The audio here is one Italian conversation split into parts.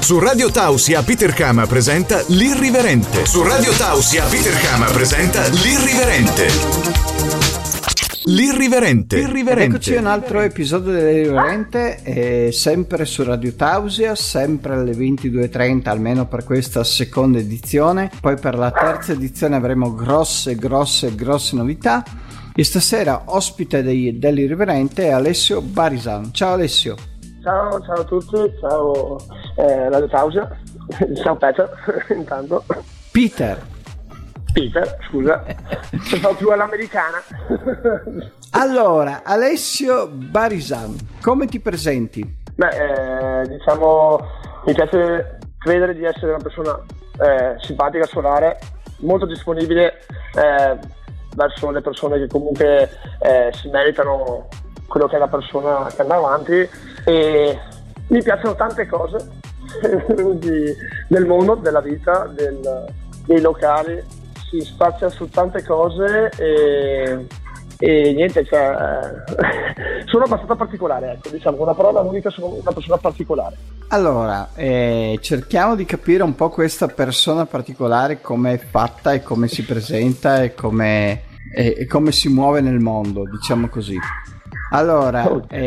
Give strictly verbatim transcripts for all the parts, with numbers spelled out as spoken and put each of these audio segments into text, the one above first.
Su Radio Tausia Peter Kama presenta L'Irriverente. Su Radio Tausia Peter Kama presenta L'Irriverente. L'Irriverente. L'Irriverente. Eccoci a un altro episodio dell'Irriverente, eh, sempre su Radio Tausia, sempre alle ventidue e trenta, almeno per questa seconda edizione. Poi per la terza edizione avremo grosse, grosse, grosse novità. E stasera ospite dei, dell'Irriverente è Alessio Barisan. Ciao Alessio. Ciao, ciao a tutti, ciao eh, Radio Tausia, ciao Peter, intanto. Peter. Peter, scusa, sono più all'americana. Allora, Alessio Barisan, come ti presenti? Beh, eh, diciamo, mi piace credere di essere una persona eh, simpatica, solare, molto disponibile eh, verso le persone che comunque eh, si meritano quello che è la persona che anda avanti, e mi piacciono tante cose di, del mondo, della vita, del, dei locali, si spazia su tante cose e, e niente, cioè, sono abbastanza particolare, ecco, diciamo, con una parola unica sono una persona particolare. Allora, eh, cerchiamo di capire un po' questa persona particolare, come è fatta e come si presenta e come, e, e come si muove nel mondo, diciamo così. Allora,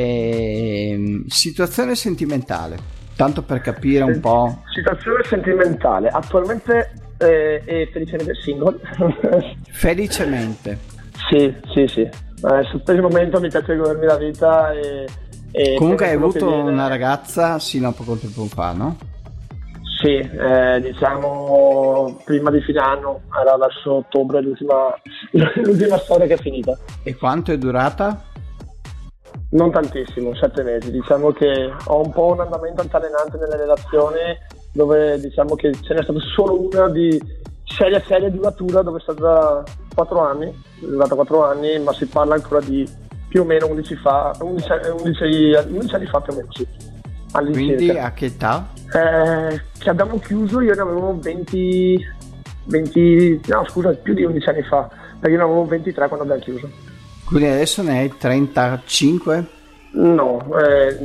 eh, situazione sentimentale, tanto per capire un po'. Situazione sentimentale, attualmente eh, è felicemente single. Felicemente? Sì, sì, sì. Eh, per il momento mi piace godermi la vita e... e comunque hai avuto una ragazza sino a poco tempo fa, no? Sì, eh, diciamo prima di fine anno, era verso ottobre l'ultima, l'ultima storia che è finita. E quanto è durata? Non tantissimo, sette mesi. Diciamo che ho un po' un andamento altalenante nelle relazioni, dove diciamo che ce n'è stata solo una di seria seria duratura, dove è stata quattro anni, è durata quattro anni, ma si parla ancora di più o meno undici fa, undici, undici, undici anni fa più o meno, sì. Quindi a che età? Eh, che abbiamo chiuso, io ne avevo venti, venti, no scusa, più di undici anni fa, perché io ne avevo ventitré quando abbiamo chiuso. Quindi adesso ne hai trentacinque? No, eh,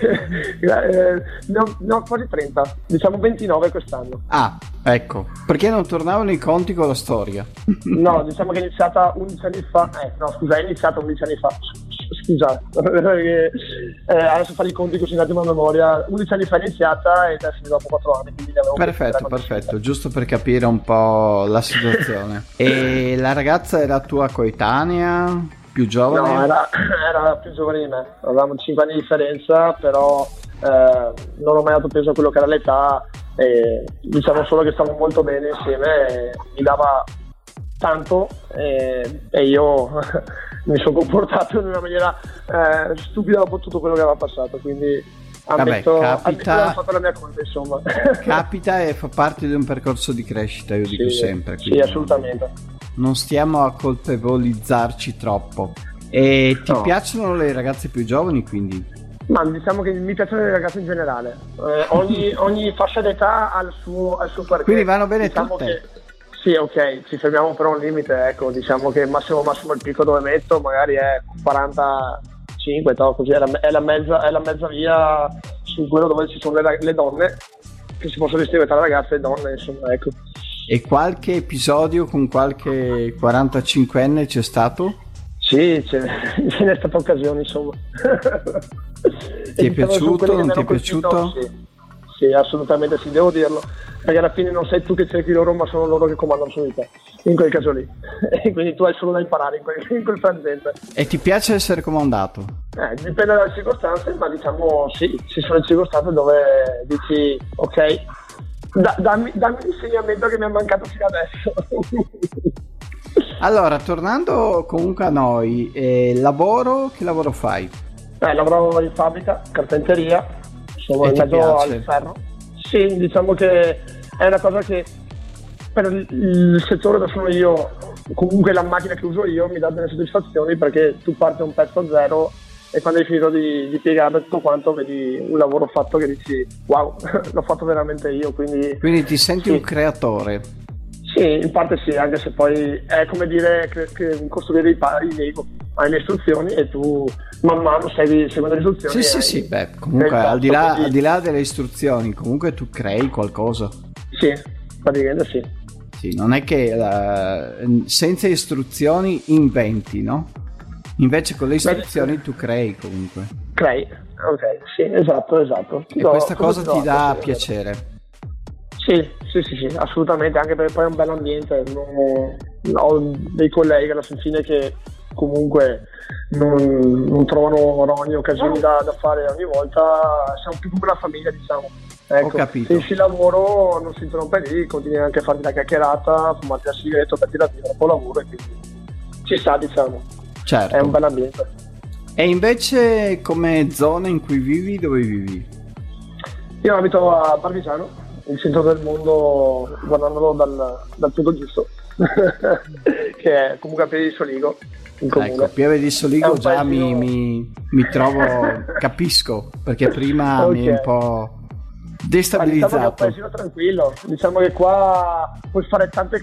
eh, no, no, quasi trenta, diciamo ventinove quest'anno. Ah, ecco, perché non tornavano i conti con la storia? No, diciamo che è iniziata undici anni fa, eh, no scusa, è iniziata undici anni fa, scusa, perché, eh, adesso fare i conti così un attimo a memoria, undici anni fa è iniziata e adesso dopo quattro anni, quindi avevo perfetto, perfetto, giusto per capire un po' la situazione. E la ragazza era tua coetanea? Più giovane? No, era, era più giovane di me, avevamo cinque anni di differenza, però eh, non ho mai dato peso a quello che era l'età, e diciamo solo che stavamo molto bene insieme, e mi dava tanto e, e io mi sono comportato in una maniera eh, stupida dopo tutto quello che aveva passato, quindi ammetto, Vabbè, capita, ammetto fatto la mia colpa, insomma. Capita e fa parte di un percorso di crescita, io dico sì, sempre. Sì, assolutamente. Non stiamo a colpevolizzarci troppo. E ti no. piacciono le ragazze più giovani, quindi? Ma diciamo che mi piacciono le ragazze in generale, eh, ogni, ogni fascia d'età ha il suo, ha il suo perché. Quindi vanno bene diciamo tutte? Che, sì, ok, ci fermiamo per un limite, ecco, diciamo che massimo massimo il picco dove metto magari è quarantacinque, to, così è la, è, la mezza, è la mezza via su quello dove ci sono le, le donne, che si possono distinguere tra ragazze e donne, insomma, ecco. E qualche episodio con qualche quarantacinquenne c'è stato? Sì, ce, ce n'è stata occasione, insomma. Ti è piaciuto? Non ti è piaciuto? Sì. Sì, assolutamente sì, devo dirlo, perché alla fine non sei tu che cerchi loro, ma sono loro che comandano su di te, in quel caso lì, e quindi tu hai solo da imparare in quel, in quel frangente. E ti piace essere comandato? Eh, dipende dalle circostanze, ma diciamo sì, ci sono circostanze dove dici ok, da, dammi, dammi l'insegnamento che mi è mancato fino adesso. Allora, tornando comunque a noi, eh, lavoro, che lavoro fai? Eh, lavoro in fabbrica, carpenteria, sono in mezzo al ferro. Sì, diciamo che è una cosa che per il, il settore dove sono io, comunque la macchina che uso io mi dà delle soddisfazioni, perché tu parti un pezzo a zero e quando hai finito di, di piegare tutto quanto vedi un lavoro fatto che dici wow, l'ho fatto veramente io, quindi... Quindi ti senti sì. un creatore? Sì, in parte sì, anche se poi è come dire che, che costruire i, pa- i Lego. hai le istruzioni e tu man mano segui seguendo le istruzioni. Sì, sì, hai, sì, beh, comunque al di, là, al di là delle istruzioni, comunque tu crei qualcosa. Sì, praticamente sì. Sì, non è che uh, senza istruzioni inventi, no? Invece con le istruzioni Beh, tu crei comunque. Crei, ok, sì, esatto, esatto. E do, questa cosa ti dà sì, piacere. Sì, sì, sì, sì, assolutamente, anche perché poi è un bel ambiente. Non, ho dei colleghi alla fine che comunque non, non trovano ogni occasione da, da fare ogni volta, siamo più come una famiglia, diciamo. Ecco, ho capito. Se il lavoro non si interrompe lì, continui anche a farti la chiacchierata, fumarti la sigaretta, farti la birra dopo lavoro e quindi ci sta, diciamo. Certo. È un bel ambiente. E invece come zona in cui vivi, dove vivi? Io abito a Parmigiano, il centro del mondo, guardandolo dal, dal punto giusto, che è comunque a Pieve di Soligo. Ecco, Pieve di Soligo già paesino... mi, mi, mi trovo, capisco, perché prima okay. mi è un po' destabilizzato. Diciamo che è un paesino tranquillo, diciamo che qua puoi fare tante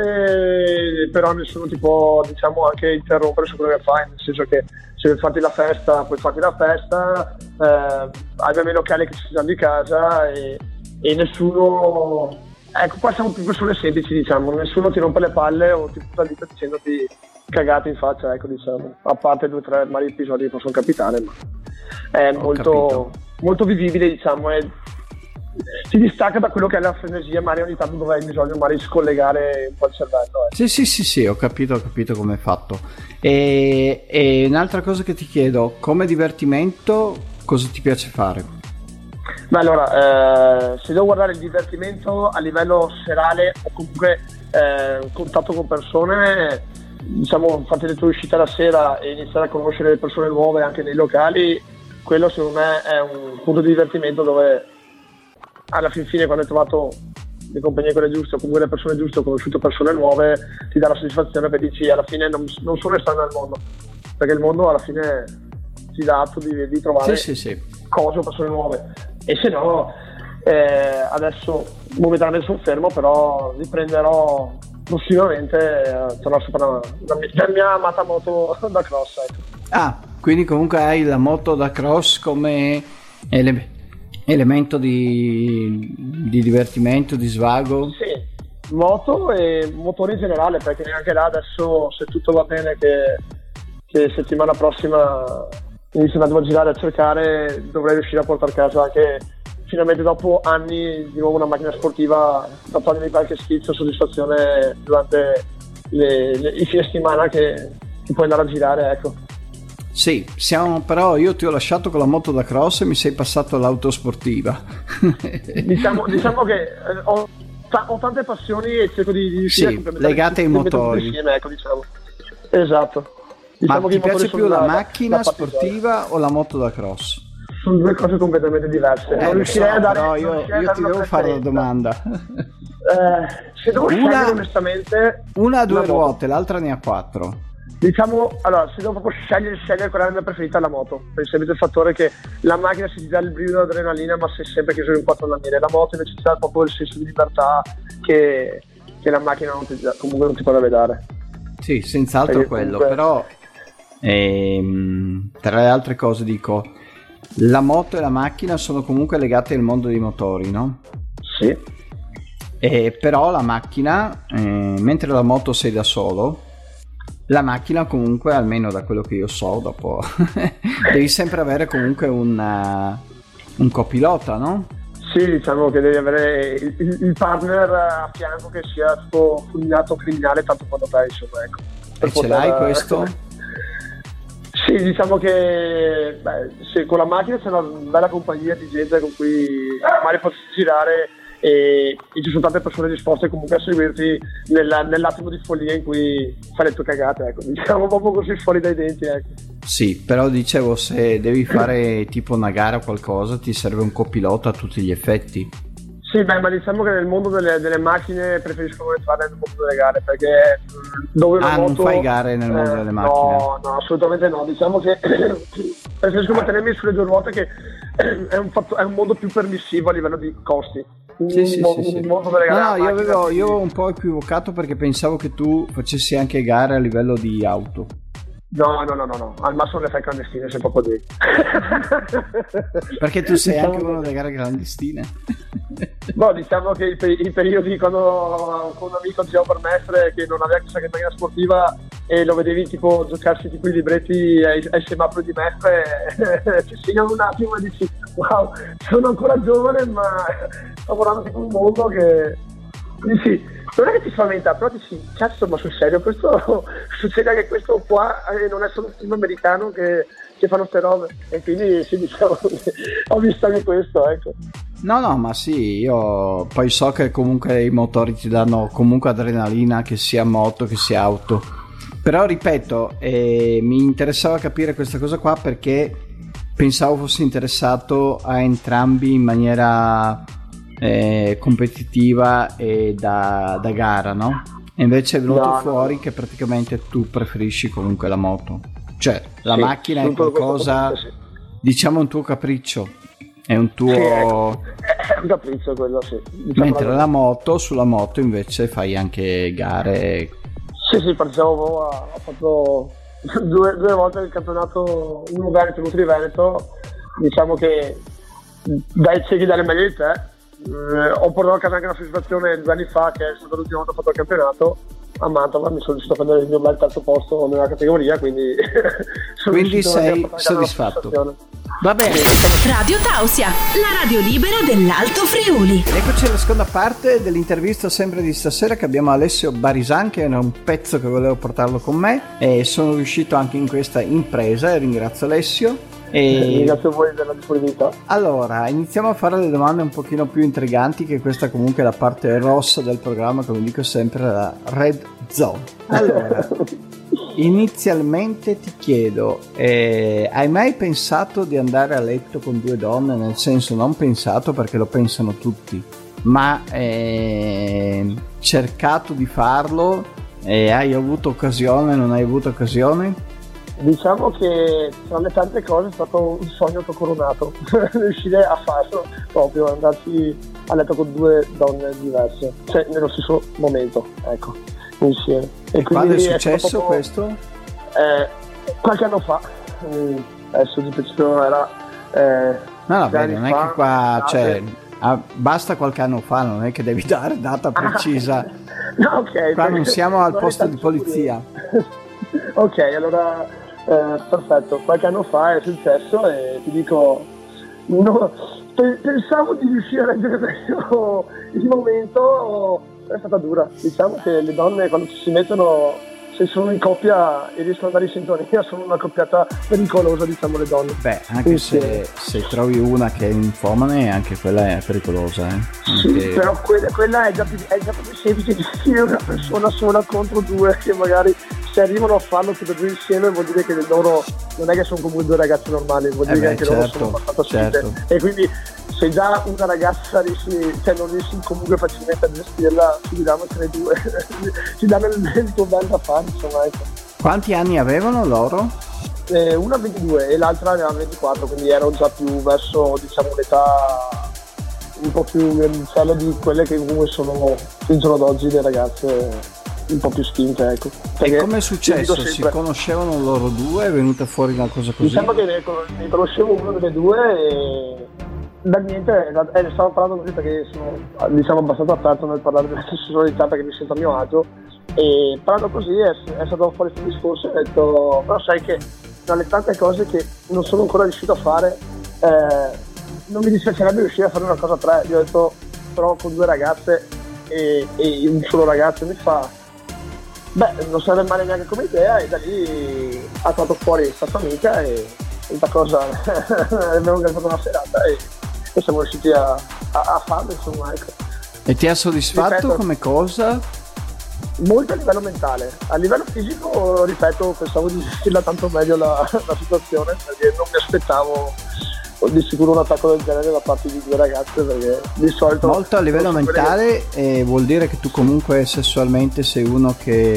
cose, però nessuno ti può, diciamo, anche interrompere su quello che fai, nel senso che se vuoi farti la festa, puoi farti la festa, eh, hai meno locali che ci danno di casa e, e nessuno... Ecco, qua siamo più persone semplici, diciamo, nessuno ti rompe le palle o ti butta il dito dicendoti cagate in faccia, ecco, diciamo, a parte due o tre vari episodi che possono capitare, ma è molto, molto vivibile, diciamo, e si distacca da quello che è la frenesia, magari ogni tanto dove hai bisogno magari di scollegare un po' il cervello. Eh. Sì, sì, sì, sì, ho capito, ho capito come è fatto. E, e un'altra cosa che ti chiedo, come divertimento, cosa ti piace fare? Beh, allora, eh, se devo guardare il divertimento a livello serale o comunque eh, contatto con persone, diciamo, fate le tue uscite la sera e iniziare a conoscere le persone nuove anche nei locali, quello secondo me è un punto di divertimento dove alla fin fine, quando hai trovato le compagnie quelle giuste o comunque le persone giuste, ho conosciuto persone nuove, ti dà la soddisfazione perché dici alla fine non, non sono estraneo al mondo, perché il mondo alla fine ti dà atto di, di trovare sì, sì, sì. cose o persone nuove, e se no eh, adesso momentaneamente sono fermo, però riprenderò prossimamente a eh, tornare sopra la, la, mia, la mia amata moto da cross, ecco. Ah, quindi comunque hai la moto da cross come ele- elemento di, di divertimento, di svago? Sì, moto e motori in generale, perché anche là adesso, se tutto va bene, che, che settimana prossima inizio a girare a cercare, dovrei riuscire a portare a casa anche finalmente dopo anni di nuovo una macchina sportiva da togliermi qualche schizzo, soddisfazione durante le, le, i fine settimana che, che puoi andare a girare, ecco. Sì, siamo, però io ti ho lasciato con la moto da cross e mi sei passato all'auto sportiva. diciamo, diciamo che eh, ho, ta- ho tante passioni e cerco di, di sì, legate ai motori insieme, ecco, diciamo. Esatto. Diciamo. Ma ti piace più la macchina sportiva o la moto da cross? Sono due cose completamente diverse. Eh, non riuscirei so, a dare, però io, io ti devo fare una domanda. Eh, se devo una, scegliere onestamente, una ha due ruote, l'altra ne ha quattro. Diciamo, allora, se devo proprio scegliere, scegliere quella è la mia preferita, la moto, per il semplice fattore che la macchina si ti dà il brivido d'adrenalina, ma sei sempre chiuso in quattro lamiere. La moto invece ti dà proprio il senso di libertà che, che la macchina non ti, comunque non ti potrebbe dare. Sì, senz'altro quello, comunque... però ehm, tra le altre cose dico, la moto e la macchina sono comunque legate al mondo dei motori, no? Sì. E però la macchina, eh, mentre la moto sei da solo, la macchina comunque, almeno da quello che io so, dopo devi sempre avere comunque un, uh, un copilota, no? Sì, diciamo che devi avere il, il, il partner a fianco che sia tipo fulminato criminale tanto quanto te, insomma, ecco. E ce l'hai questo? Sì, diciamo che beh, se con la macchina c'è una bella compagnia di gente con cui magari potresti girare e, e ci sono tante persone disposte comunque a seguirti nella, nell'attimo di follia in cui fai le tue cagate, ecco, diciamo proprio così fuori dai denti, ecco. Sì, però dicevo, se devi fare tipo una gara o qualcosa ti serve un copilota a tutti gli effetti. Sì, beh, ma diciamo che nel mondo delle, delle macchine preferisco non entrare nel mondo delle gare, perché dove una ah, moto... non fai gare nel mondo eh, delle macchine? No, no, assolutamente no. Diciamo che preferisco mantenermi sulle due ruote, che è un, fatto, è un mondo più permissivo a livello di costi. Sì, sì, mo- sì, sì. Mondo delle gare no, no, io avevo, quindi... io avevo un po' equivocato perché pensavo che tu facessi anche gare a livello di auto. No, no, no, no, no, al massimo le fai clandestine se proprio devi. Perché tu sei diciamo anche che... uno delle gare clandestine. No, diciamo che i, pe- i periodi quando con un amico diciamo per Mestre che non aveva chissà che macchina sportiva e lo vedevi tipo giocarsi tipo i libretti ai, ai semafori di Mestre, ti segnano un attimo e dici wow, sono ancora giovane ma sto lavorando tipo un mondo che dici, non è che ti spaventa, però dici cazzo, ma sul serio questo succede anche questo qua e non è solo un film americano che, che fanno ste robe, e quindi sì, diciamo che ho visto anche questo, ecco. No, no, ma sì, io poi so che comunque i motori ti danno comunque adrenalina, che sia moto, che sia auto. Però ripeto, eh, mi interessava capire questa cosa qua perché pensavo fossi interessato a entrambi in maniera eh, competitiva e da, da gara, no? E invece è venuto no, fuori no. che praticamente tu preferisci comunque la moto. Cioè, la Sì, macchina è qualcosa, sì. diciamo un tuo capriccio. È un tuo... Sì, ecco. È un capriccio quello, sì. Diciamo mentre la... la moto, sulla moto invece fai anche gare. Sì, sì, partecipavo, ho fatto due, due volte il campionato, uno Veneto e l'altro di Veneto. Diciamo che dai ciechi dare meglio di te. Eh, ho portato a casa anche una soddisfazione due anni fa, che è stata l'ultima volta che ho fatto il campionato a Mantova, mi sono riuscito a prendere il mio bel terzo posto nella categoria, quindi sono quindi sei a soddisfatto. Va bene. Radio Tausia, la radio libera dell'Alto Friuli. Eccoci alla seconda parte dell'intervista sempre di stasera, che abbiamo Alessio Barisan, che era un pezzo che volevo portarlo con me e sono riuscito anche in questa impresa e ringrazio Alessio. E... Grazie a voi della disponibilità. Allora, iniziamo a fare le domande un pochino più intriganti, che questa comunque è la parte rossa del programma, come dico sempre, la red zone. Allora, inizialmente ti chiedo, eh, hai mai pensato di andare a letto con due donne? Nel senso, non pensato perché lo pensano tutti, ma eh, cercato di farlo? Eh, hai avuto occasione, non hai avuto occasione? Diciamo che tra le tante cose è stato un sogno che ho coronato, riuscire a farlo, proprio andarci a letto con due donne diverse, cioè nello stesso momento, ecco, insieme. E, e quando è successo proprio, questo? Eh, qualche anno fa, eh, adesso di preciso era... Eh, no, no, beh, non è che qua, cioè, ah, basta qualche anno fa, non è che devi dare data precisa. No, ok. Qua non siamo al posto di polizia. Ok, allora... Eh, perfetto, qualche anno fa è successo e ti dico, no, pensavo di riuscire a reggere meglio il momento, è stata dura. Diciamo che le donne quando ci si mettono, se sono in coppia e riescono ad andare in sintonia, sono una coppiata pericolosa, diciamo, le donne. Beh, anche se, se trovi una che è infomane, anche quella è pericolosa, eh? Sì, anche... però quella, quella è, già più, è già più semplice gestire una persona sola contro due, che magari se arrivano a farlo tutte e due insieme vuol dire che loro non è che sono come due ragazzi normali, vuol dire eh beh, che anche certo, loro sono abbastanza spinte, certo. E quindi se già una ragazza riesci, cioè non riesci comunque facilmente a gestirla, ci danno tre due, ci danno il, il tuo bel da fare, insomma, ecco. Quanti anni avevano loro? Eh, una a ventidue e l'altra ne aveva ventiquattro, quindi ero già più verso, diciamo, l'età un po' più grandicello di quelle che comunque sono il giorno d'oggi le ragazze un po' più spinte, ecco. E come è successo? Sempre, si conoscevano loro due? È venuta fuori una cosa così? Diciamo che ne, ne conoscevo uno delle due e da niente, eh, stavo parlando così perché sono, diciamo, abbastanza aperto nel parlare della sessualità perché mi sento a mio agio, e parlando così è, è stato fuori questo discorso e ho detto, però sai che tra le tante cose che non sono ancora riuscito a fare, eh, non mi dispiacerebbe riuscire a fare una cosa a tre. Io ho detto, però con due ragazze e, e un solo ragazzo mi fa, beh, non sarebbe male neanche come idea, e da lì ha tratto fuori questa sua amica e questa cosa abbiamo organizzato una serata e, e siamo riusciti a, a, a farlo, insomma, ecco. E ti ha soddisfatto, ripeto, come cosa? Molto a livello mentale. A livello fisico, ripeto, pensavo di gestirla tanto meglio la, la situazione, perché non mi aspettavo di sicuro un attacco del genere da parte di due ragazze, perché di solito molto a livello mentale eh, vuol dire che tu comunque sessualmente sei uno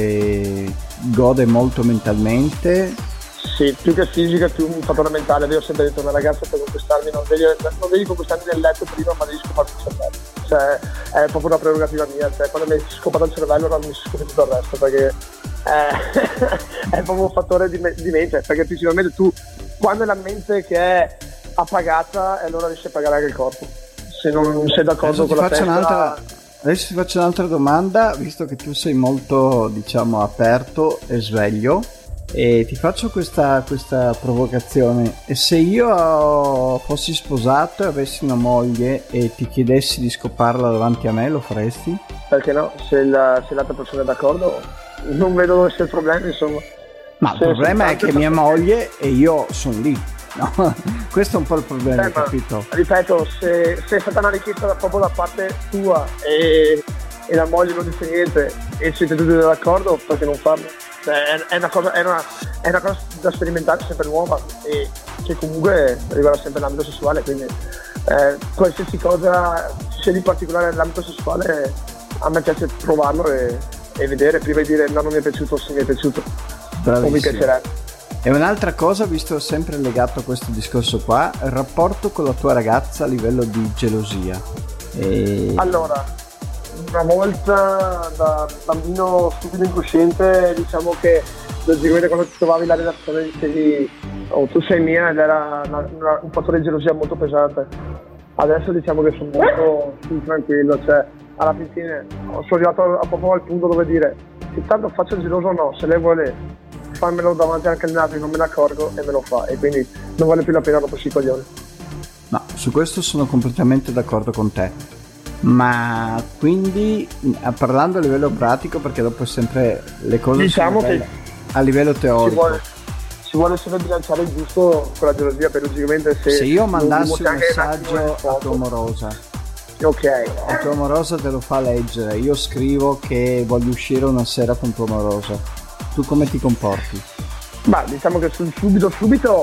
che gode molto mentalmente. Sì, più che fisica, più un fattore mentale. Io ho sempre detto, una ragazza per conquistarmi non devi, non devi conquistarmi nel letto prima, ma devi scoparmi il cervello. Cioè è proprio una prerogativa mia, cioè quando mi è scopato il cervello non mi si scopre tutto il resto, perché eh, è proprio un fattore di, me- di mente, perché principalmente tu quando è la mente che è appagata, allora riesci a pagare anche il corpo. Se non sei d'accordo Adesso con la ti faccio testa. un'altra, adesso ti faccio un'altra domanda, visto che tu sei molto, diciamo, aperto e sveglio, e ti faccio questa, questa provocazione. E se io fossi sposato e avessi una moglie e ti chiedessi di scoparla davanti a me, lo faresti? Perché no? Se, la, se l'altra persona è d'accordo, non vedo dove sia il problema, insomma. Ma il Se- problema se- è che mia moglie e io sono lì, no? Questo è un po' il problema, Eh, hai ma, capito? ripeto, se, se è stata una richiesta da- proprio da parte tua e, e la moglie non dice niente e siete tutti d'accordo, perché non farlo? Cioè, è, è, una cosa, è, una, è una cosa da sperimentare, sempre nuova, e che comunque riguarda sempre l'ambito sessuale, quindi eh, qualsiasi cosa sia di particolare nell'ambito sessuale, a me piace provarlo e, e vedere prima di dire no, non mi è piaciuto, se mi è piaciuto o mi Bravissimo. piacerebbe. E un'altra cosa, visto sempre legato a questo discorso qua, il rapporto con la tua ragazza a livello di gelosia. E... Allora, una volta da bambino stupido incosciente, diciamo che logicamente quando ti trovavi la relazione dicevi oh, tu sei mia, ed era una- una- un fattore di gelosia molto pesante. Adesso diciamo che sono molto più tranquillo, cioè alla fine sono arrivato a- proprio al punto dove dire se tanto faccio il geloso o no, se lei vuole farmelo davanti anche al naso, non me ne accorgo e me lo fa, e quindi non vale più la pena dopo i coglioni. No, su questo sono completamente d'accordo con te. Ma quindi, eh, parlando a livello pratico, perché dopo sempre le cose Diciamo sono che belle, a livello Si teorico. vuole, si vuole solo bilanciare il giusto con la gelosia, per logicamente se, Se io non mandassi butti un anche attimo messaggio nel a fuoco. tua amorosa, Ok, e tua amorosa te lo fa leggere, io scrivo che voglio uscire una sera con tua amorosa, tu come ti comporti? ma diciamo che sul subito subito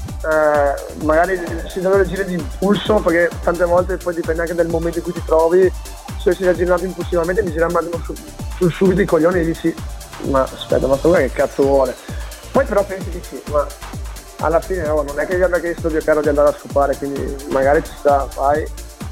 eh, magari si deve reagire di impulso, perché tante volte poi dipende anche dal momento in cui ti trovi. Se si reagisce impulsivamente mi gira un attimo su, sul subito i coglioni e dici ma aspetta, ma tu che cazzo vuole? Poi però pensi e dici ma alla fine no, non è che vi abbia chiesto di caro di andare a scopare, quindi magari ci sta, vai,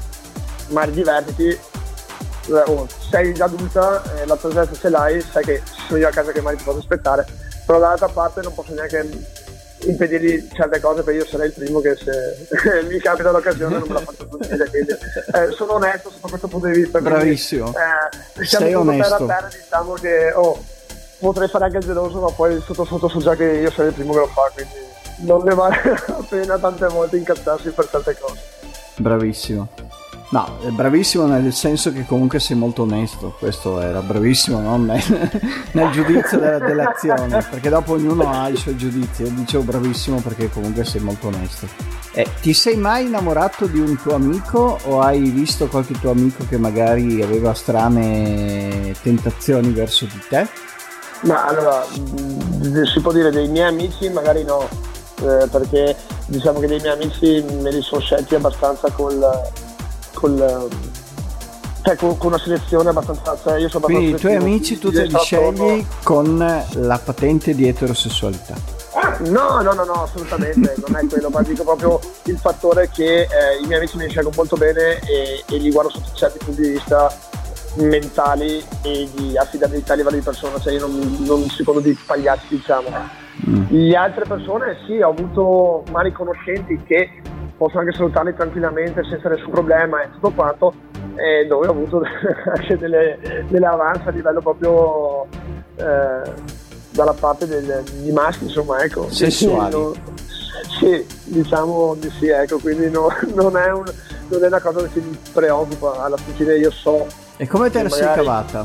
ma divertiti. Eh, oh, sei adulta, eh, la tua testa ce l'hai, sai che ci sono io a casa che magari ti posso aspettare, però dall'altra parte non posso neanche impedirgli certe cose, perché io sarei il primo che se mi capita l'occasione non me la faccio sfuggire, quindi eh, sono onesto sotto questo punto di vista. Quindi, Bravissimo. eh, Sei siamo tutto onesto. terra a terra, diciamo che oh, potrei fare anche il geloso, ma poi sotto sotto so già che io sarei il primo che lo fa, quindi non ne vale la pena tante volte incazzarsi per certe cose. Bravissimo. No, è bravissimo nel senso che comunque sei molto onesto, questo era bravissimo, no? nel, nel giudizio della, dell'azione, perché dopo ognuno ha il suo giudizio. Io dicevo bravissimo perché comunque sei molto onesto. Eh, ti sei mai innamorato di un tuo amico o hai visto qualche tuo amico che magari aveva strane tentazioni verso di te? Ma allora, mh, si può dire dei miei amici magari no, eh, perché diciamo che dei miei amici me li sono scelti abbastanza col, col, cioè, con, con una selezione abbastanza, cioè io sono abbastanza Quindi i tuoi selettivo, amici tu chi te è li stato scegli con la patente di eterosessualità. No, no, no, no, assolutamente, non è quello, ma dico proprio il fattore che eh, i miei amici me li scelgo molto bene e, e li guardo sotto certi punti di vista mentali e di affidabilità a livello di persona, cioè io non, non secondo di pagliacci, diciamo. Mm. Le altre persone sì, ho avuto mari conoscenti che posso anche salutarli tranquillamente senza nessun problema e tutto quanto, e dove ho avuto anche delle, delle avance a livello proprio eh, dalla parte del, di maschi, insomma, ecco. Sessuali. No, sì, diciamo di sì, ecco, quindi no, non, è un, non è una cosa che mi preoccupa, alla fine io so. E come te la sei magari, cavata?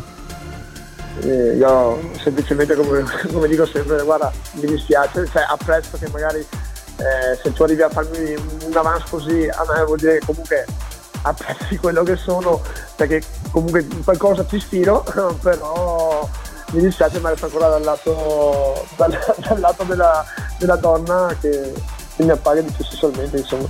Eh, io semplicemente, come, come dico sempre, guarda, mi dispiace, cioè apprezzo che magari eh, se tu arrivi a farmi un avance così, a me vuol dire che comunque apprezzi quello che sono, perché comunque qualcosa ti ispiro, però mi dispiace, ma resto ancora dal lato, dal, dal lato della, della donna che, che mi appaga di più sessualmente, insomma.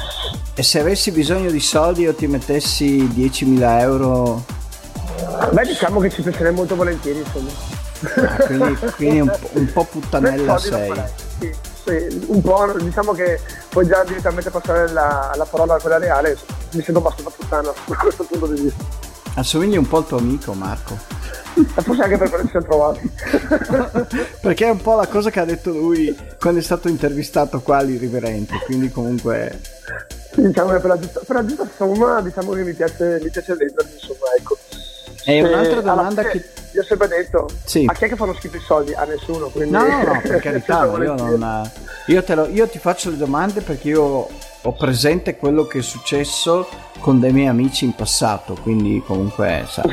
E se avessi bisogno di soldi io ti mettessi diecimila euro? Beh, diciamo che ci penserei molto volentieri, insomma. Ah, quindi quindi un, po', un po' puttanella Beh, sei. Sì, sì, un po', diciamo che puoi già direttamente passare la, la parola a quella reale, mi sento abbastanza puttana da questo punto di vista. Assomigli un po' al tuo amico Marco. Forse anche per quello ci siamo trovati. Perché è un po' la cosa che ha detto lui quando è stato intervistato qua all'Irriverente, quindi comunque... Diciamo che per la giusta, per la giusta somma, diciamo che mi piace, mi piace leggerli, insomma, ecco. E un'altra domanda fine, che... Io ho sempre detto, sì. A chi è che fanno schifo i soldi? A nessuno, quindi... No, no, no, per carità, io non... Io, te lo, io ti faccio le domande perché io ho presente quello che è successo con dei miei amici in passato, quindi comunque, sai...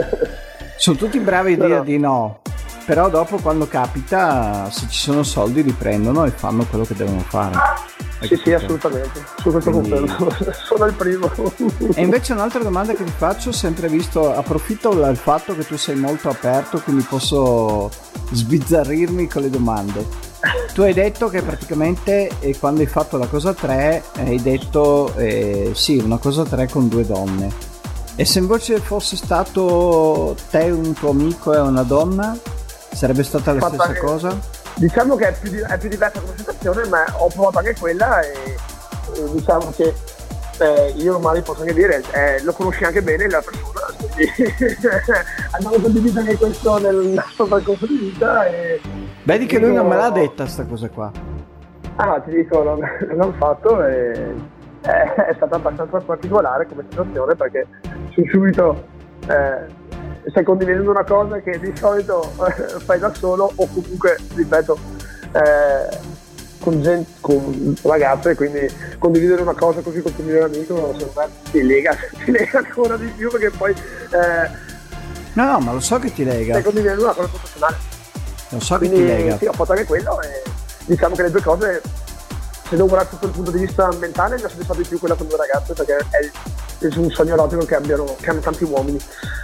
Sono tutti bravi a dire no. di no, però dopo quando capita, se ci sono soldi li prendono e fanno quello che devono fare. Sì, sì, assolutamente, su questo Quindi... confermo, sono il primo. E invece un'altra domanda che ti faccio, sempre visto, approfitto del fatto che tu sei molto aperto, quindi posso sbizzarrirmi con le domande. Tu hai detto che praticamente eh, quando hai fatto la cosa tre, hai detto eh, sì, una cosa tre con due donne. E se invece fosse stato te un tuo amico e una donna, sarebbe stata la Fatta stessa che... cosa? Diciamo che è più, di, è più diversa come situazione, ma ho provato anche quella e, e diciamo che eh, io ormai posso anche dire, eh, lo conosci anche bene la persona, quindi abbiamo condiviso anche questo nel nostro percorso di vita. E, vedi che dico, lui non me l'ha detta sta cosa qua. Ah, ti dico, non, l'ho fatto e eh, è stata abbastanza particolare come situazione perché subito... Eh, stai condividendo una cosa che di solito eh, fai da solo o comunque, ripeto, eh, con, gente, con ragazze, quindi condividere una cosa così con un amico secondo me ti lega, ti lega ancora di più perché poi eh, no no ma lo so che ti lega, stai condividendo una cosa professionale, lo so quindi, che ti lega. Sì, ho fatto anche quello e diciamo che le due cose, se devo guardare sotto il punto di vista mentale, mi ha soddisfatto di più quella con due ragazze perché è penso un sogno erotico che abbiano, che hanno tanti uomini.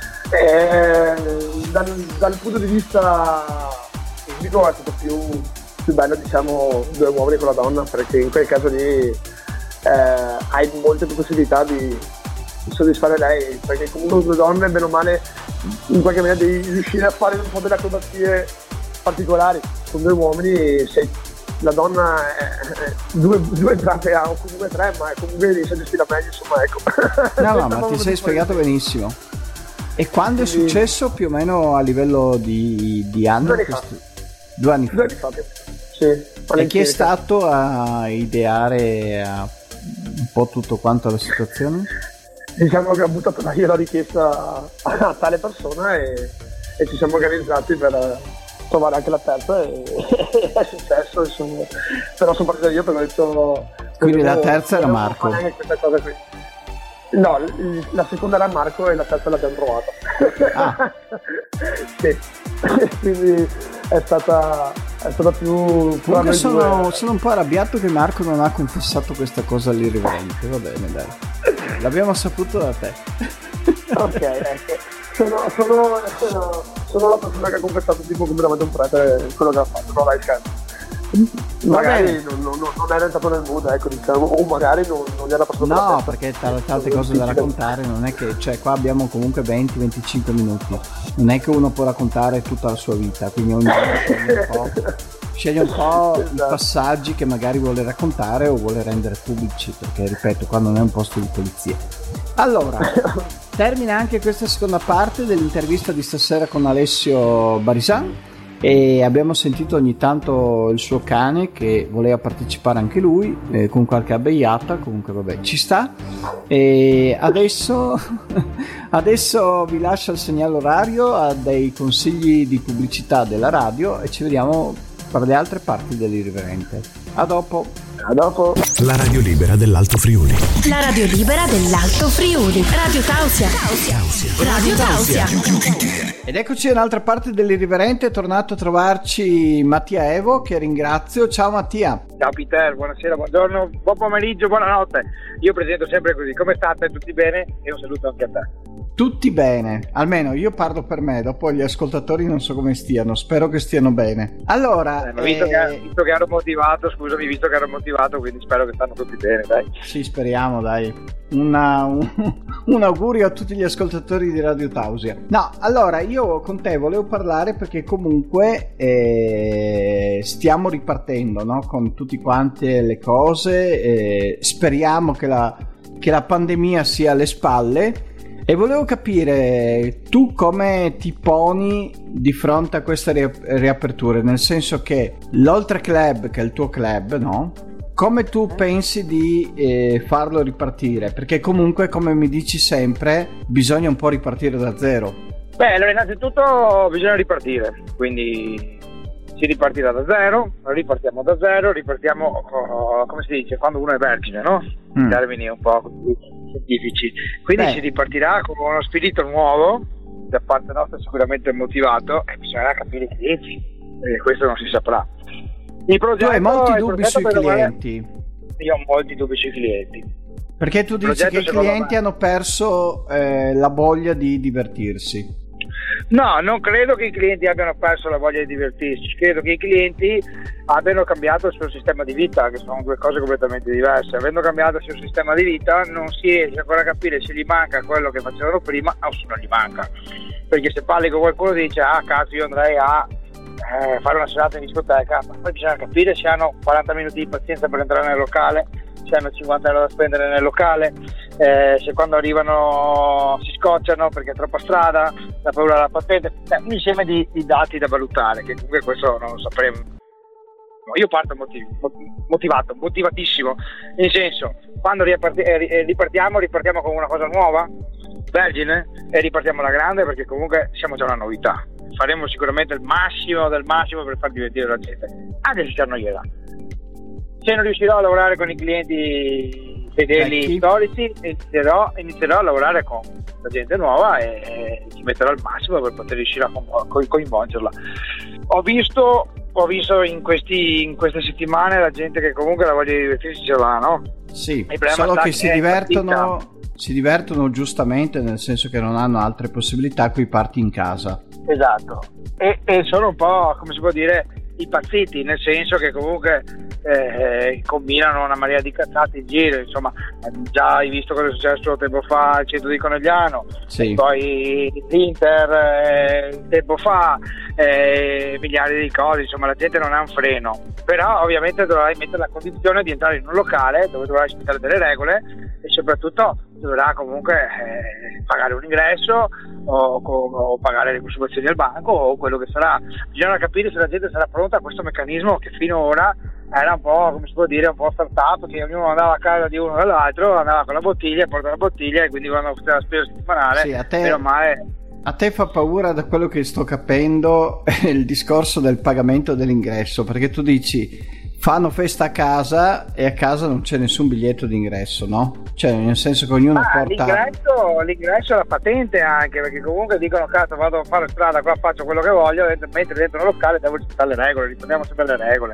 Eh, dal, dal punto di vista fisico è stato più, più bello, diciamo, due uomini con la donna, perché in quel caso lì eh, hai molte più possibilità di, di soddisfare lei, perché comunque due donne bene o male in qualche maniera devi riuscire a fare un po' delle acrobazie particolari. Con due uomini sei, la donna è, è due, due entrate a o comunque tre, ma comunque devi gestire meglio, insomma, ecco. No no ma ti sei spiegato benissimo. E quando è successo più o meno a livello di, di anni? Due anni questo... fa. Due anni fa. Due anni fa, sì. E chi è stato a ideare a un po' tutto quanto la situazione? Diciamo che ho buttato là io la richiesta a tale persona e, e ci siamo organizzati per trovare anche la terza e è successo, insomma. Però sono partito io perché ho detto... Quindi la terza era Marco. Non questa cosa qui. No, la seconda era Marco e la terza l'abbiamo trovata. Ah. Sì, quindi è stata, è stata più... Comunque sono, sono un po' arrabbiato che Marco non ha confessato questa cosa all'Irriverente, va bene dai, l'abbiamo saputo da te. Ok, ecco, sono, sono, sono, sono la persona che ha confessato tipo completamente un prete quello che ha fatto, no dai scherzo. Magari non, non, non era entrato nel mood, ecco, diciamo, o magari non, non era passato. No, perché t- tante cose da raccontare, non è che, cioè qua abbiamo comunque venti venticinque minuti, non è che uno può raccontare tutta la sua vita, quindi ognuno sceglie un po', sceglie un po' esatto. I passaggi che magari vuole raccontare o vuole rendere pubblici, perché ripeto, qua non è un posto di polizia. Allora, termina anche questa seconda parte dell'intervista di stasera con Alessio Barisan. E abbiamo sentito ogni tanto il suo cane che voleva partecipare anche lui eh, con qualche abbaiata, comunque vabbè ci sta. E adesso adesso vi lascio il segnale orario a dei consigli di pubblicità della radio e ci vediamo per le altre parti dell'Irriverente. A dopo. A dopo. La radio libera dell'Alto Friuli. La radio libera dell'Alto Friuli. Radio Tausia. Radio Tausia. Ed eccoci nell'altra parte dell'Irriverente, è tornato a trovarci Mattia Evo, che ringrazio. Ciao Mattia. Ciao Peter, buonasera, buongiorno, buon pomeriggio, buonanotte. Io presento sempre così. Come state? Tutti bene? E un saluto anche a te. Tutti bene, almeno io parlo per me, dopo gli ascoltatori non so come stiano, spero che stiano bene. Allora, eh, ma visto, eh... che, visto che ero motivato, scusami, visto che ero motivato, quindi spero che stanno tutti bene, dai. Sì, speriamo, dai. Una, un, un augurio a tutti gli ascoltatori di Radio Tausia. No, allora, io con te volevo parlare perché comunque eh, stiamo ripartendo, no? Con tutte quante le cose, eh, speriamo che la, che la pandemia sia alle spalle. E volevo capire tu come ti poni di fronte a queste ri- riaperture, nel senso che l'Oltre Club, che è il tuo club, no? Come tu pensi di eh, farlo ripartire? Perché comunque, come mi dici sempre, bisogna un po' ripartire da zero. Beh, allora innanzitutto bisogna ripartire, quindi si ripartirà da zero, ripartiamo da zero, ripartiamo, oh, come si dice, quando uno è vergine, no? Mm. Termini un po' scientifici. Quindi Beh. si ripartirà con uno spirito nuovo, da parte nostra sicuramente motivato, e bisognerà capire i clienti, perché questo non si saprà. Il progetto, tu hai molti dubbi sui clienti. Vale, io ho molti dubbi sui clienti. Perché tu il dici che i clienti me... hanno perso eh, la voglia di divertirsi. No, non credo che i clienti abbiano perso la voglia di divertirsi, credo che i clienti abbiano cambiato il suo sistema di vita, che sono due cose completamente diverse. Avendo cambiato il suo sistema di vita non si riesce ancora a capire se gli manca quello che facevano prima o se non gli manca, perché se parli con qualcuno dice ah cazzo io andrei a eh, fare una serata in discoteca, ma poi bisogna capire se hanno quaranta minuti di pazienza per entrare nel locale, se hanno cinquanta euro da spendere nel locale, eh, se quando arrivano si scocciano perché è troppa strada, la paura della patente, eh, un insieme di, di dati da valutare, che comunque questo non lo sapremo. Io parto motiv- motivato, motivatissimo, nel senso, quando riparti- eh, ripartiamo, ripartiamo con una cosa nuova, vergine, e ripartiamo alla grande, perché comunque siamo già una novità. Faremo sicuramente il massimo del massimo per far divertire la gente, anche se ci annoierà. Se non riuscirò a lavorare con i clienti fedeli Ecchi. storici, inizierò, inizierò a lavorare con la gente nuova e, e ci metterò al massimo per poter riuscire a co- coinvolgerla. Ho visto, ho visto in, questi, in queste settimane la gente che comunque la voglia di divertirsi ce l'ha, no? Sì, solo che si divertono, si divertono giustamente, nel senso che non hanno altre possibilità, qui parti in casa. Esatto, e, e sono un po', come si può dire, impazziti, nel senso che comunque eh, combinano una marea di cazzate in giro, insomma, già hai visto cosa è successo tempo fa al centro di Conegliano, sì. Poi l'Inter eh, tempo fa, eh, miliardi di cose, insomma la gente non ha un freno, però ovviamente dovrai mettere la condizione di entrare in un locale dove dovrai rispettare delle regole e soprattutto dovrà comunque eh, pagare un ingresso o, o pagare le consumazioni al banco o quello che sarà. Bisogna capire se la gente sarà pronta a questo meccanismo che finora era un po', come si può dire, un po' startup, che ognuno andava a casa di uno o dell'altro, andava con la bottiglia, portava la bottiglia e quindi quando faceva la spesa settimanale, sì, a te, però mai... a te fa paura, da quello che sto capendo, il discorso del pagamento dell'ingresso, perché tu dici fanno festa a casa e a casa non c'è nessun biglietto d'ingresso, no? Cioè nel senso che ognuno ah, porta l'ingresso, l'ingresso è la patente anche, perché comunque dicono cazzo vado a fare strada qua, faccio quello che voglio, mentre dentro un locale devo rispettare le regole, ritorniamo sempre alle regole.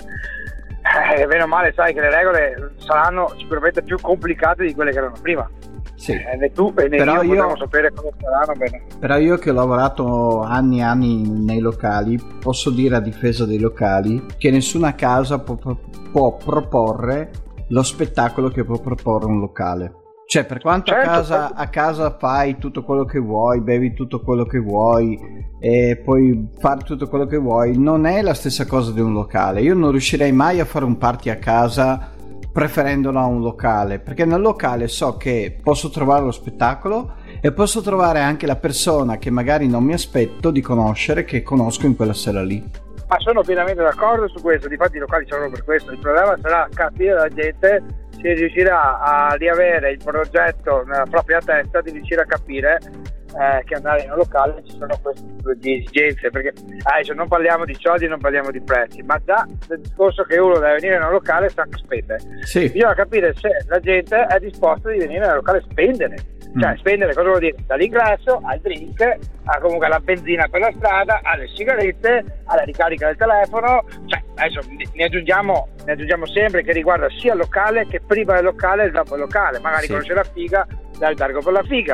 Eh, bene o male sai che le regole saranno sicuramente più complicate di quelle che erano prima. Sì. Eh, né tu e né però io io possiamo sapere come saranno bene. Però io che ho lavorato anni e anni nei locali posso dire a difesa dei locali che nessuna casa può, può proporre lo spettacolo che può proporre un locale. Cioè per quanto certo, a, casa, certo. a casa fai tutto quello che vuoi, bevi tutto quello che vuoi e puoi fare tutto quello che vuoi, non è la stessa cosa di un locale. Io non riuscirei mai a fare un party a casa preferendolo a un locale, perché nel locale so che posso trovare lo spettacolo e posso trovare anche la persona che magari non mi aspetto di conoscere, che conosco in quella sera lì. Ma sono pienamente d'accordo su questo, difatti i locali sono per questo. Il problema sarà capire la gente se riuscirà a riavere il progetto nella propria testa, di riuscire a capire eh, che andare in un locale ci sono queste esigenze, perché adesso non parliamo di soldi, non parliamo di prezzi, ma già del discorso che uno deve venire in un locale sa che spende. Sì. Bisogna capire se la gente è disposta di venire nel locale a spendere. Cioè spendere cosa vuol dire? Dall'ingresso al drink, a comunque alla benzina per la strada, alle sigarette, alla ricarica del telefono, cioè adesso ne aggiungiamo, ne aggiungiamo sempre che riguarda sia il locale che prima del locale e dopo il locale, magari sì. Conosce la figa, dal targo per la figa,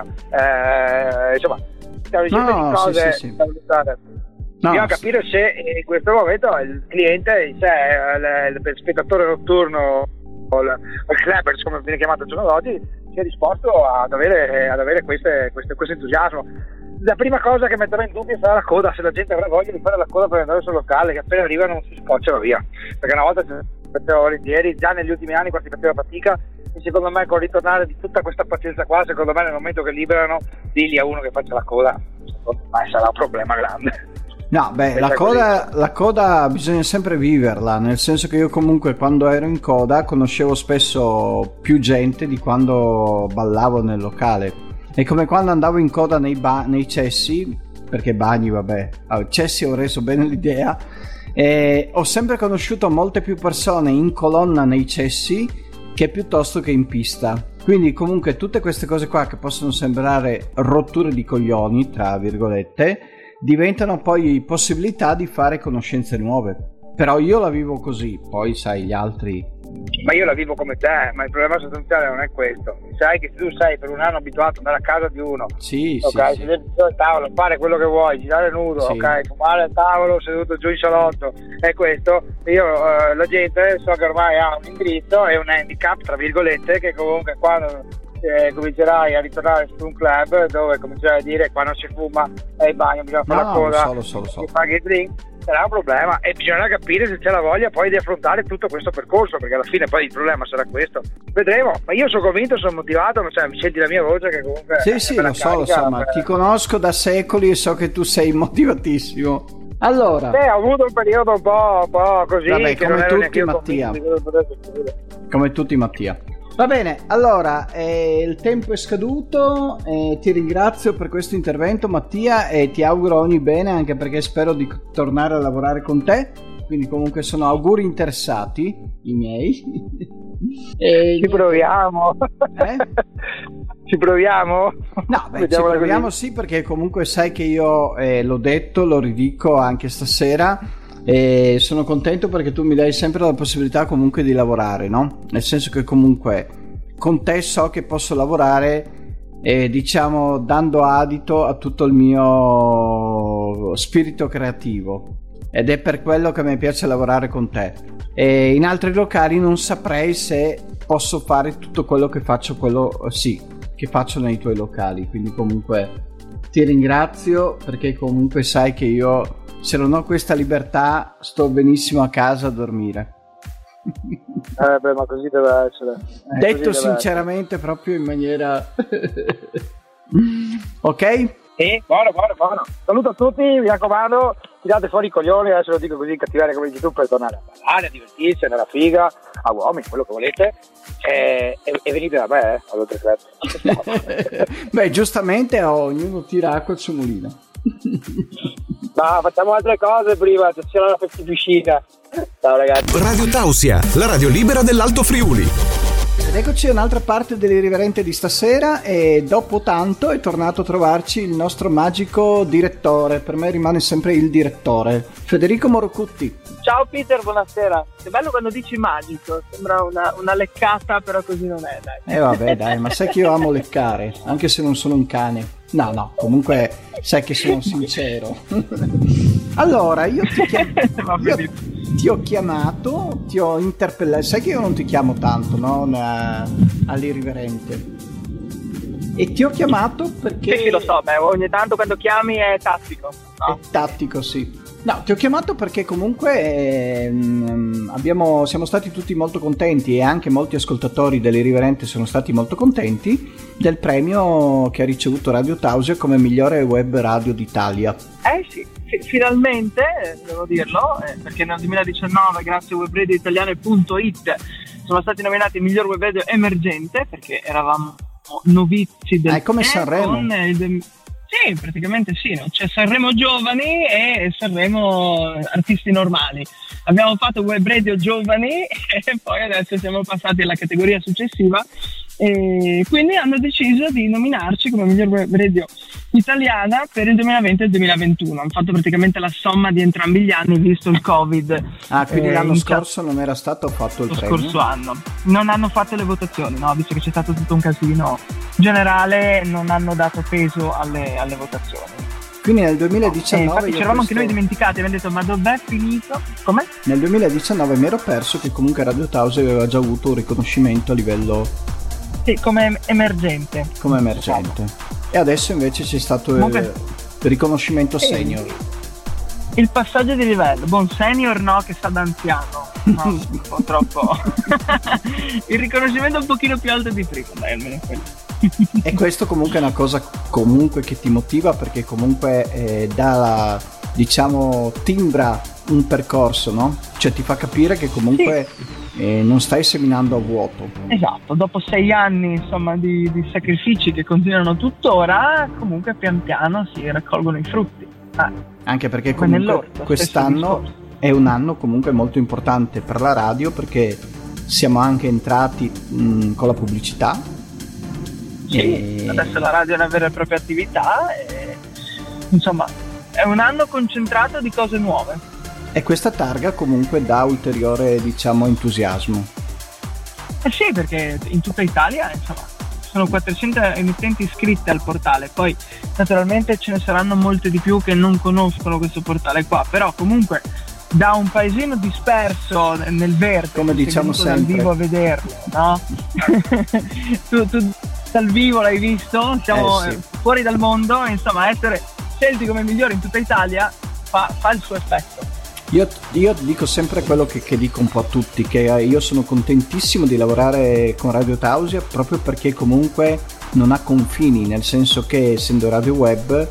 eh, insomma stiamo dicendo no, di cose sì, sì, sì. da valutare. No, bisogna capire se in questo momento il cliente in sé, il, il spettatore notturno o il, o il clubber, come viene chiamato il giorno d'oggi, sia disposto ad avere, ad avere queste, queste, questo entusiasmo. La prima cosa che metterò in dubbio sarà la coda, se la gente avrà voglia di fare la coda per andare sul locale, che appena arrivano non si scocciano via, perché una volta si faceva volentieri, già negli ultimi anni quando si faceva fatica e secondo me con il ritornare di tutta questa pazienza qua, secondo me nel momento che liberano, digli a uno che faccia la coda, secondo me sarà un problema grande. No, beh, la coda, la coda bisogna sempre viverla, nel senso che io comunque quando ero in coda conoscevo spesso più gente di quando ballavo nel locale. È come quando andavo in coda nei, ba- nei cessi, perché bagni, vabbè, oh, cessi ho reso bene l'idea, e ho sempre conosciuto molte più persone in colonna nei cessi che piuttosto che in pista. Quindi comunque tutte queste cose qua che possono sembrare rotture di coglioni, tra virgolette, diventano poi possibilità di fare conoscenze nuove. Però io la vivo così, poi sai gli altri. Ma io la vivo come te, ma il problema sostanziale non è questo. Sai che tu sei per un anno abituato ad andare a casa di uno, sì, ok, sì, sedere sì. al tavolo, fare quello che vuoi, girare nudo, sì. ok, fumare al tavolo seduto giù in salotto, è questo. Io eh, la gente so che ormai ha un indirizzo e un handicap, tra virgolette, che comunque quando eh, comincerai a ritornare su un club dove comincerai a dire qua non si fuma, è il bagno, bisogna fare no, la coda, solo, solo, solo. si paghi il drink, sarà un problema e bisogna capire se c'è la voglia poi di affrontare tutto questo percorso, perché alla fine poi il problema sarà questo. Vedremo, ma io sono convinto, sono motivato, cioè mi senti la mia voce che comunque sì sì lo so, lo so, ma ti conosco da secoli e so che tu sei motivatissimo. Allora eh, ho avuto un periodo un po', un po' così. Vabbè, che come non tutti Mattia come tutti Mattia. Va bene, allora eh, il tempo è scaduto, eh, ti ringrazio per questo intervento Mattia e ti auguro ogni bene, anche perché spero di tornare a lavorare con te, quindi comunque sono auguri interessati i miei. E ci proviamo eh? ci proviamo? No, beh, ci proviamo così. Sì, perché comunque sai che io eh, l'ho detto, lo ridico anche stasera, e sono contento perché tu mi dai sempre la possibilità comunque di lavorare, no? Nel senso che comunque con te so che posso lavorare eh, diciamo dando adito a tutto il mio spirito creativo, ed è per quello che mi piace lavorare con te. E in altri locali non saprei se posso fare tutto quello che faccio, quello sì, che faccio nei tuoi locali, quindi comunque ti ringrazio, perché comunque sai che io se non ho questa libertà sto benissimo a casa a dormire. Eh beh, ma così deve essere. Eh, Detto sinceramente essere. Proprio in maniera ok? Sì, buono, buono, buono. Saluto a tutti, mi raccomando, tirate fuori i coglioni, adesso lo dico così in cattiveria come dici tu, per tornare a ballare, a divertirsi, andare a figa, a uomini, quello che volete, e, e, e venite da me, eh, all'Oltre Club. Beh, giustamente ognuno tira acqua al suo mulino. Ma facciamo altre cose prima, c'è la piscina. Ciao ragazzi. Radio Tausia, la radio libera dell'Alto Friuli. Ed eccoci un'altra parte dell'Irriverente di stasera, e dopo tanto è tornato a trovarci il nostro magico direttore, per me rimane sempre il direttore, Federico Morocutti. Ciao Peter, buonasera. Che bello quando dici magico, sembra una, una leccata, però così non è, dai. Eh vabbè dai, ma sai che io amo leccare, anche se non sono un cane. No, no, comunque sai che sono sincero. Allora, io ti, chiam... io ti ho chiamato, ti ho interpellato. Sai che io non ti chiamo tanto, no? All'Irriverente. E ti ho chiamato perché... Sì, sì, lo so, beh, ogni tanto quando chiami è tattico. No? È tattico, sì. No, ti ho chiamato perché comunque ehm, abbiamo, siamo stati tutti molto contenti, e anche molti ascoltatori dell'Irriverente sono stati molto contenti del premio che ha ricevuto Radio Tausia come migliore web radio d'Italia. Eh sì, f- finalmente, devo dirlo, eh, perché nel duemiladiciannove grazie a webradioitaliane punto it sono stati nominati miglior web radio emergente, perché eravamo novizi del eh, come Sanremo. Con il Sì, praticamente sì, no? C'è Sanremo Giovani e Sanremo Artisti Normali. Abbiamo fatto Web Radio Giovani e poi adesso siamo passati alla categoria successiva, e quindi hanno deciso di nominarci come miglior web radio italiana per il duemilaventi e il duemilaventuno. Hanno fatto praticamente la somma di entrambi gli anni, visto il Covid. Ah, quindi eh, l'anno scorso non era stato fatto il lo premio? Lo scorso anno non hanno fatto le votazioni, no, visto che c'è stato tutto un casino generale, non hanno dato peso alle, alle votazioni. Quindi nel duemiladiciannove eh, infatti c'eravamo questo... anche noi dimenticati, abbiamo detto ma dov'è finito? Come? Nel duemiladiciannove mi ero perso che comunque Radio Tausia aveva già avuto un riconoscimento a livello... Sì, come emergente. Come emergente. E adesso invece c'è stato comunque... il riconoscimento senior. Il passaggio di livello, buon senior no, che sa da anziano, no, un po' troppo. Il riconoscimento è un pochino più alto di prima, dai, almeno quello. E questo comunque è una cosa comunque che ti motiva, perché comunque eh, dà la, diciamo, timbra un percorso, no? Cioè ti fa capire che comunque sì. eh, non stai seminando a vuoto. Esatto, dopo sei anni insomma di, di sacrifici che continuano tuttora, comunque pian piano si raccolgono i frutti. Ah. Anche perché comunque quest'anno è un anno comunque molto importante per la radio, perché siamo anche entrati mh, con la pubblicità. Sì, e... adesso la radio è una vera e propria attività e insomma è un anno concentrato di cose nuove. E questa targa comunque dà ulteriore, diciamo, entusiasmo. Eh sì, perché in tutta Italia insomma sono quattrocento emittenti iscritte al portale, poi naturalmente ce ne saranno molte di più che non conoscono questo portale qua, però comunque da un paesino disperso nel verde, come diciamo sempre, dal vivo a vederlo, no? tu, tu dal vivo l'hai visto, siamo eh sì. fuori dal mondo, insomma essere scelti come migliori in tutta Italia fa, fa il suo effetto. Io, io dico sempre quello che, che dico un po' a tutti, che io sono contentissimo di lavorare con Radio Tausia proprio perché comunque non ha confini, nel senso che essendo radio web,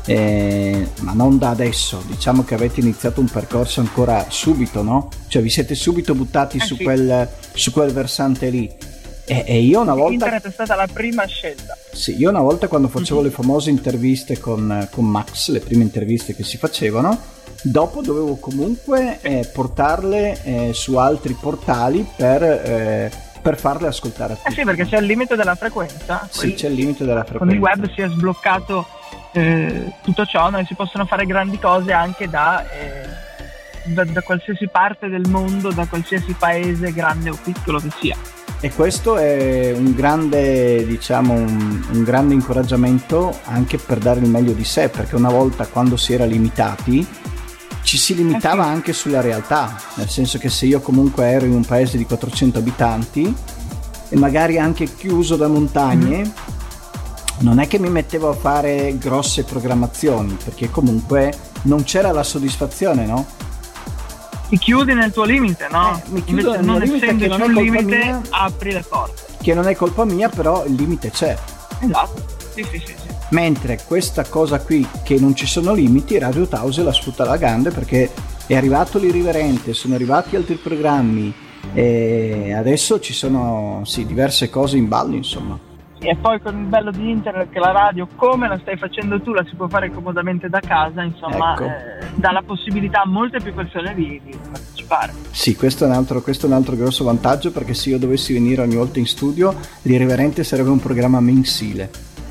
eh, ma non da adesso, diciamo che avete iniziato un percorso ancora subito, no? Cioè vi siete subito buttati eh su, sì. quel, su quel versante lì. E, e io una volta... Internet è stata la prima scelta. Sì, io una volta quando facevo mm-hmm. le famose interviste con, con Max, le prime interviste che si facevano, dopo dovevo comunque eh, portarle eh, su altri portali per, eh, per farle ascoltare a tutti. Eh sì, perché c'è il limite della frequenza. Sì, c'è il limite della frequenza. Con il web si è sbloccato eh, tutto ciò, no? E si possono fare grandi cose anche da, eh, da, da qualsiasi parte del mondo, da qualsiasi paese, grande o piccolo che sia. E questo è un grande, diciamo, un, un grande incoraggiamento anche per dare il meglio di sé, perché una volta quando si era limitati ci si limitava anche sulla realtà, nel senso che se io comunque ero in un paese di quattrocento abitanti e magari anche chiuso da montagne, mm-hmm. non è che mi mettevo a fare grosse programmazioni, perché comunque non c'era la soddisfazione, no? Ti chiudi nel tuo limite, no? Eh, mi chiudo Invece nel non limite, essendo che non è sul colpa limite mia, apri le porte. Che non è colpa mia, però il limite c'è. Esatto, sì sì sì, sì. Mentre questa cosa qui, che non ci sono limiti, Radio Tausia la sfrutta alla grande, perché è arrivato l'irriverente, sono arrivati altri programmi e adesso ci sono sì, diverse cose in ballo, insomma. E poi con il bello di internet che la radio, come la stai facendo tu, la si può fare comodamente da casa, insomma, ecco. eh, dà la possibilità a molte più persone di, di partecipare. Sì, questo è, un altro, questo è un altro grosso vantaggio, perché se io dovessi venire ogni volta in studio, l'irriverente sarebbe un programma mensile.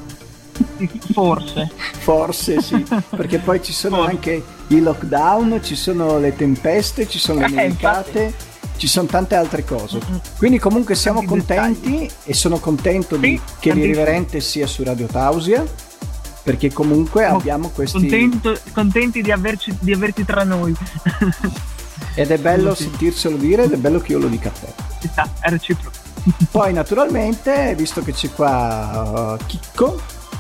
Forse. Forse sì, perché poi ci sono Forse. anche i lockdown, ci sono le tempeste, ci sono le nevicate. Eh, ci sono tante altre cose, quindi comunque siamo tanti contenti dettagli. E sono contento di, sì, che l'irriverente sia su Radio Tausia, perché comunque siamo abbiamo questi contento, contenti di averci di averti tra noi ed è bello sì. sentirselo dire, ed è bello che io lo dica a te. Ci sta, è reciproco. Poi naturalmente, visto che c'è qua uh, Chicco,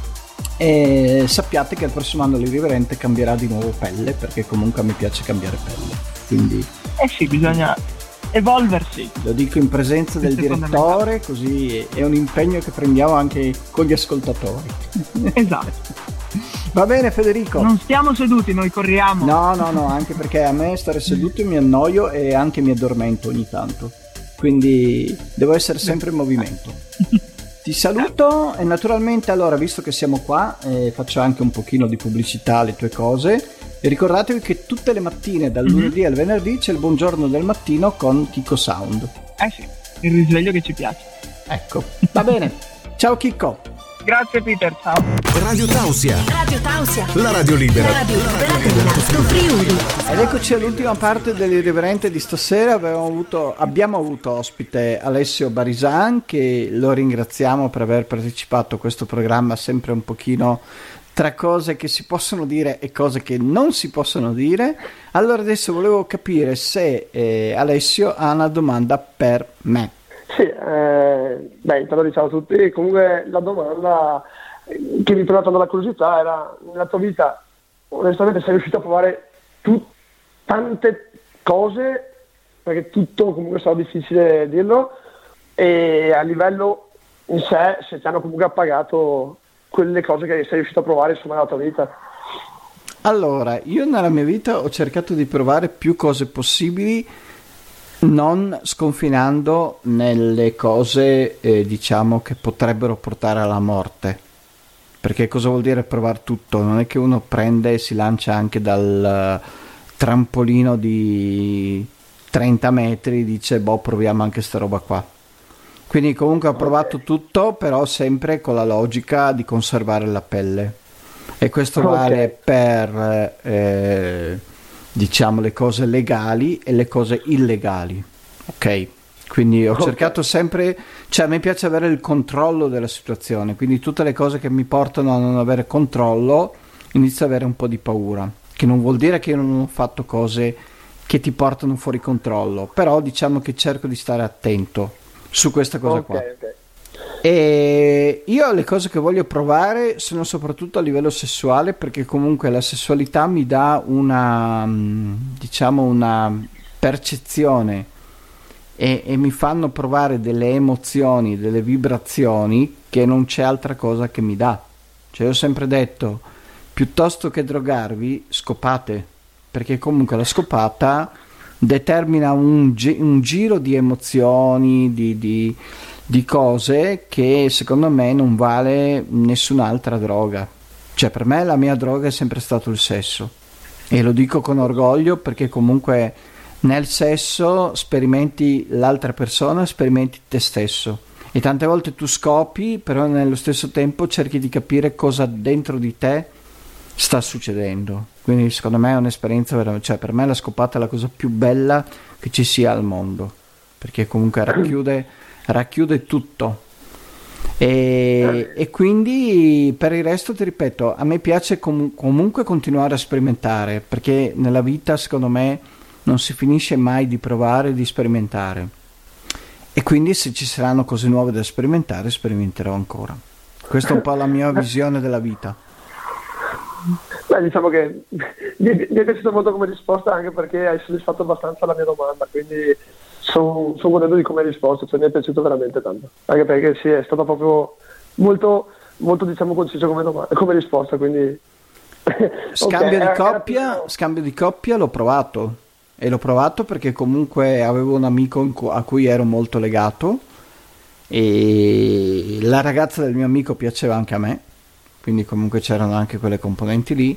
e sappiate che il prossimo anno l'irriverente cambierà di nuovo pelle, perché comunque a me piace cambiare pelle, quindi eh sì, bisogna evolversi. Lo dico in presenza del direttore, così è un impegno che prendiamo anche con gli ascoltatori. Esatto. Va bene Federico. Non stiamo seduti, noi corriamo. No, no, no, anche perché a me stare seduto mi annoio e anche mi addormento ogni tanto. Quindi devo essere sempre in movimento. Ti saluto e naturalmente allora, visto che siamo qua, eh, faccio anche un pochino di pubblicità alle tue cose. E ricordatevi che tutte le mattine, dal mm-hmm. lunedì al venerdì, c'è il buongiorno del mattino con Chicco Sound. Eh sì, il risveglio che ci piace. Ecco, va bene. Ciao Chicco. Grazie Peter, ciao. Radio Tausia. Radio Tausia. La radio libera. La radio libera dell'Alto Friuli. Ed eccoci all'ultima parte dell'irriverente di stasera. Abbiamo avuto, abbiamo avuto ospite Alessio Barisan, che lo ringraziamo per aver partecipato a questo programma sempre un pochino tra cose che si possono dire e cose che non si possono dire. Allora adesso volevo capire se eh, Alessio ha una domanda per me. Sì, eh, beh, intanto diciamo a tutti, comunque la domanda che mi è tornata dalla curiosità era: nella tua vita onestamente sei riuscito a provare tu, tante cose, perché tutto comunque sarà difficile dirlo, e a livello in sé se ti hanno comunque appagato quelle cose che sei riuscito a provare insomma nella tua vita. Allora, io nella mia vita ho cercato di provare più cose possibili, non sconfinando nelle cose eh, diciamo che potrebbero portare alla morte, perché cosa vuol dire provare tutto? Non è che uno prende e si lancia anche dal trampolino di trenta metri e dice boh, proviamo anche sta roba qua. Quindi comunque ho provato okay. tutto, però sempre con la logica di conservare la pelle, e questo okay. vale per eh, diciamo le cose legali e le cose illegali, ok? Quindi ho okay. cercato sempre, cioè a me piace avere il controllo della situazione, quindi tutte le cose che mi portano a non avere controllo inizio ad avere un po' di paura, che non vuol dire che io non ho fatto cose che ti portano fuori controllo, però diciamo che cerco di stare attento su questa cosa okay, qua. Okay. E io le cose che voglio provare sono soprattutto a livello sessuale, perché comunque la sessualità mi dà una, diciamo, una percezione e, e mi fanno provare delle emozioni, delle vibrazioni che non c'è altra cosa che mi dà. Cioè io ho sempre detto, piuttosto che drogarvi, scopate, perché comunque la scopata determina un, gi- un giro di emozioni, di, di, di cose che secondo me non vale nessun'altra droga. Cioè per me la mia droga è sempre stato il sesso, e lo dico con orgoglio, perché comunque nel sesso sperimenti l'altra persona, sperimenti te stesso, e tante volte tu scopi, però nello stesso tempo cerchi di capire cosa dentro di te sta succedendo. Quindi secondo me è un'esperienza veramente, cioè per me la scopata è la cosa più bella che ci sia al mondo, perché comunque racchiude, racchiude tutto, e, e quindi per il resto ti ripeto, a me piace com- comunque continuare a sperimentare, perché nella vita secondo me non si finisce mai di provare e di sperimentare, e quindi se ci saranno cose nuove da sperimentare sperimenterò ancora. Questa è un po' la mia visione della vita. Beh, diciamo che mi è piaciuto molto come risposta, anche perché hai soddisfatto abbastanza la mia domanda, quindi sono son contento di come hai risposto, cioè mi è piaciuto veramente tanto, anche perché sì, è stato proprio molto, molto diciamo conciso come, domanda, come risposta, quindi scambio okay, di coppia più... scambio di coppia l'ho provato, e l'ho provato perché comunque avevo un amico cu- a cui ero molto legato, e la ragazza del mio amico piaceva anche a me, quindi comunque c'erano anche quelle componenti lì,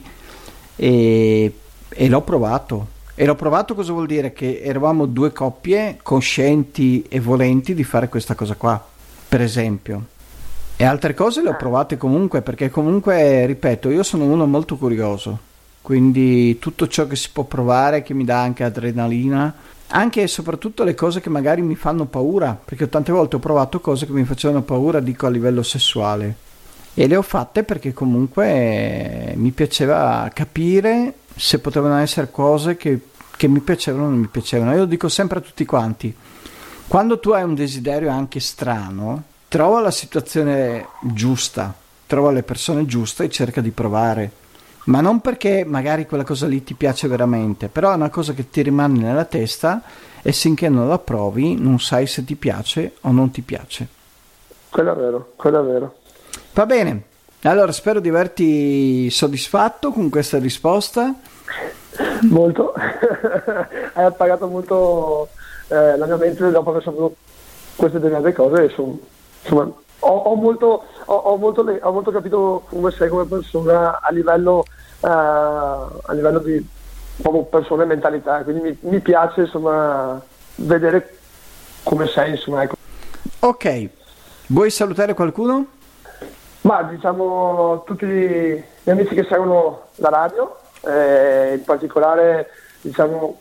e, e l'ho provato. E l'ho provato cosa vuol dire? Che eravamo due coppie coscienti e volenti di fare questa cosa qua, per esempio. E altre cose le ho provate comunque, perché comunque, ripeto, io sono uno molto curioso, quindi tutto ciò che si può provare, che mi dà anche adrenalina, anche e soprattutto le cose che magari mi fanno paura, perché tante volte ho provato cose che mi facevano paura, dico a livello sessuale, e le ho fatte perché comunque mi piaceva capire se potevano essere cose che, che mi piacevano o non mi piacevano. Io dico sempre a tutti quanti, quando tu hai un desiderio anche strano, trova la situazione giusta, trova le persone giuste e cerca di provare, ma non perché magari quella cosa lì ti piace veramente, però è una cosa che ti rimane nella testa, e finché non la provi non sai se ti piace o non ti piace. Quello è vero, quello è vero. Va bene, allora spero di averti soddisfatto con questa risposta. Molto. Hai appagato molto eh, la mia mente dopo aver saputo queste determinate cose, e su, insomma ho, ho, molto, ho, ho, molto, ho molto capito come sei come persona a livello eh, a livello di proprio persona e mentalità, quindi mi, mi piace insomma vedere come sei, insomma, ecco. Ok, vuoi salutare qualcuno? Ma diciamo tutti gli amici che seguono la radio, eh, in particolare diciamo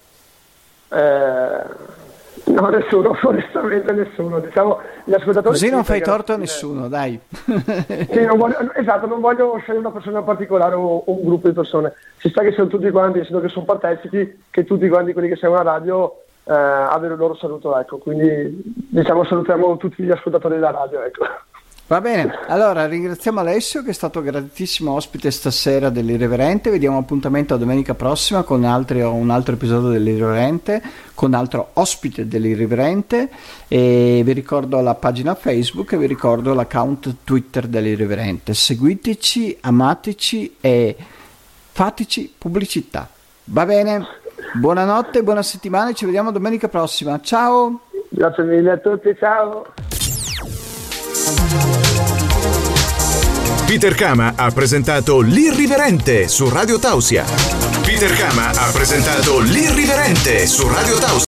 eh, no, nessuno, onestamente nessuno, diciamo gli ascoltatori. Così non fai torto a nessuno, dai. Sì, non voglio, esatto, non voglio scegliere una persona in particolare o, o un gruppo di persone, si sta che siamo tutti quanti, essendo che sono partecipi, che tutti quanti quelli che seguono la radio eh, abbiano il loro saluto, ecco, quindi diciamo salutiamo tutti gli ascoltatori della radio, ecco. Va bene, allora ringraziamo Alessio che è stato graditissimo ospite stasera dell'Irriverente. Vediamo appuntamento a domenica prossima con altri, un altro episodio dell'Irriverente, con altro ospite dell'Irriverente, e vi ricordo la pagina Facebook e vi ricordo l'account Twitter dell'Irriverente. Seguiteci, amateci e fateci pubblicità. Va bene? Buonanotte, buona settimana e ci vediamo domenica prossima. Ciao! Grazie mille a tutti, ciao! Peter Kama ha presentato L'Irriverente su Radio Tausia. Peter Kama ha presentato L'Irriverente su Radio Tausia.